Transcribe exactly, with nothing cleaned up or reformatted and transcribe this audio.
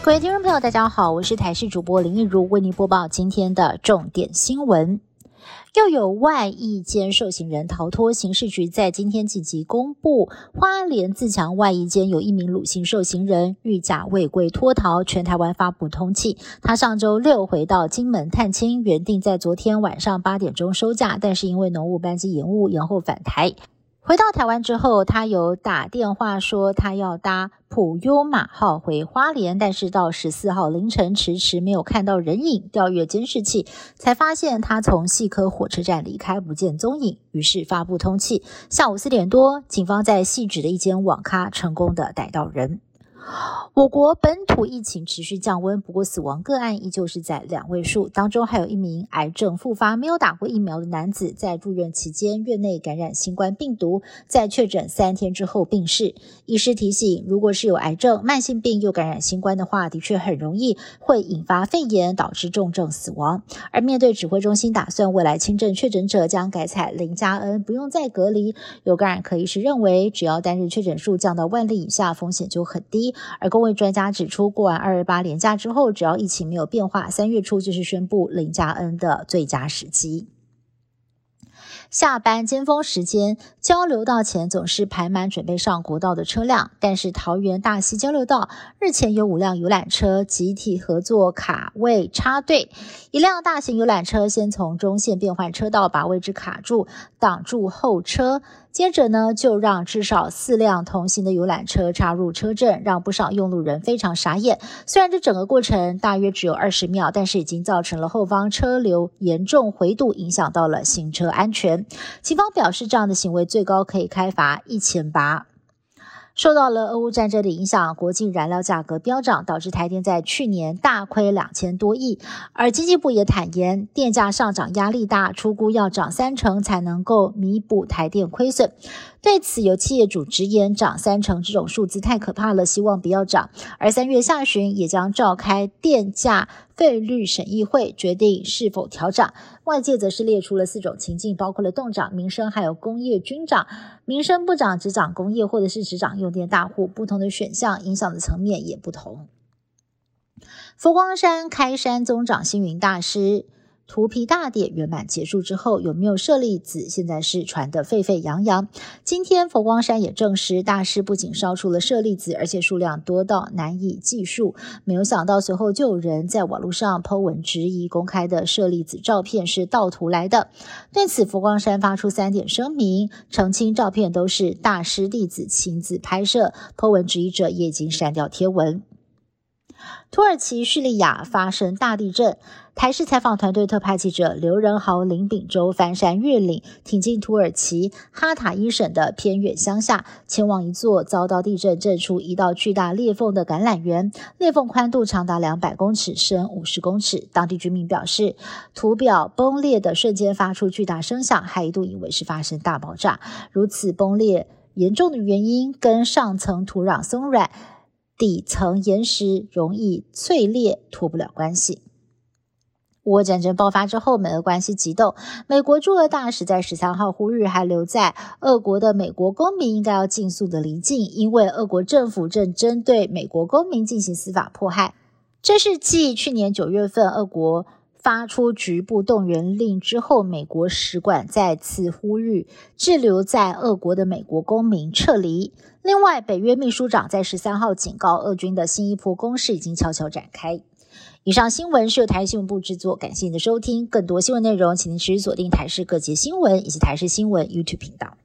各位听众朋友大家好，我是台视主播林益如，为您播报今天的重点新闻。又有外役间受刑人逃脱，刑事局在今天紧急公布，花莲自强外役间有一名鲁姓受刑人遇假未归脱逃，全台湾发布通缉。他上周六回到金门探亲，原定在昨天晚上八点钟收假，但是因为浓雾班机延误，延后返台。回到台湾之后，他有打电话说他要搭普悠玛号回花莲，但是到十四号凌晨迟迟没有看到人影，调阅监视器才发现他从细科火车站离开，不见踪影，于是发布通缉。下午四点多，警方在汐止的一间网咖成功的逮到人。我国本土疫情持续降温，不过死亡个案依旧是在两位数，当中还有一名癌症复发没有打过疫苗的男子，在住院期间院内感染新冠病毒，在确诊三天之后病逝。医师提醒，如果是有癌症、慢性病又感染新冠的话，的确很容易会引发肺炎，导致重症死亡。而面对指挥中心打算未来轻症确诊者将改采零加 N， 不用再隔离，有感染科医师认为，只要单日确诊数降到万例以下，风险就很低。而公卫专家指出，过完二二八连假之后，只要疫情没有变化，三月初就是宣布零加 N 的最佳时机。下班尖峰时间，交流道前总是排满准备上国道的车辆，但是桃园大溪交流道日前有五辆游览车集体合作卡位插队，一辆大型游览车先从中线变换车道，把位置卡住，挡住后车，接着呢就让至少四辆同行的游览车插入车阵，让不少用路人非常傻眼。虽然这整个过程大约只有二十秒，但是已经造成了后方车流严重回堵，影响到了行车安全。警方表示，这样的行为最高可以开罚一千八百。受到了俄乌战争的影响，国际燃料价格飙涨，导致台电在去年大亏两千多亿。而经济部也坦言，电价上涨压力大，初估要涨三成才能够弥补台电亏损。对此，有企业主直言，涨三成这种数字太可怕了，希望不要涨。而三月下旬也将召开电价费率审议会，决定是否调涨。外界则是列出了四种情境，包括了冻涨、民生还有工业均涨。民生不涨只涨工业，或者是只涨用电大户，不同的选项影响的层面也不同。佛光山开山宗长星云大师涂皮大典圆满结束之后，有没有舍利子，现在是传得沸沸扬扬。今天佛光山也证实，大师不仅烧出了舍利子，而且数量多到难以计数。没有想到随后就有人在网络上 po 文质疑公开的舍利子照片是盗图来的。对此，佛光山发出三点声明，澄清照片都是大师弟子亲自拍摄， po 文质疑者也已经删掉贴文。土耳其叙利亚发生大地震，台视采访团队特派记者刘仁豪、林炳洲翻山越岭，挺进土耳其哈塔伊省的偏远乡下，前往一座遭到地震震出一道巨大裂缝的橄榄园，裂缝宽度长达两百公尺，深五十公尺。当地居民表示，土表崩裂的瞬间发出巨大声响，还一度以为是发生大爆炸。如此崩裂严重的原因跟上层土壤松软，底层岩石容易脆裂脱不了关系。乌俄战争爆发之后，美俄关系急冻。美国驻俄大使在十三号呼吁，还留在俄国的美国公民应该要尽速的离境，因为俄国政府正针对美国公民进行司法迫害。这是继去年九月份俄国发出局部动员令之后，美国使馆再次呼吁滞留在俄国的美国公民撤离。另外，北约秘书长在十三号警告，俄军的新一波攻势已经悄悄展开。以上新闻是由台视新闻部制作，感谢您的收听。更多新闻内容，请您持续锁定台视各节新闻以及台视新闻 YouTube 频道。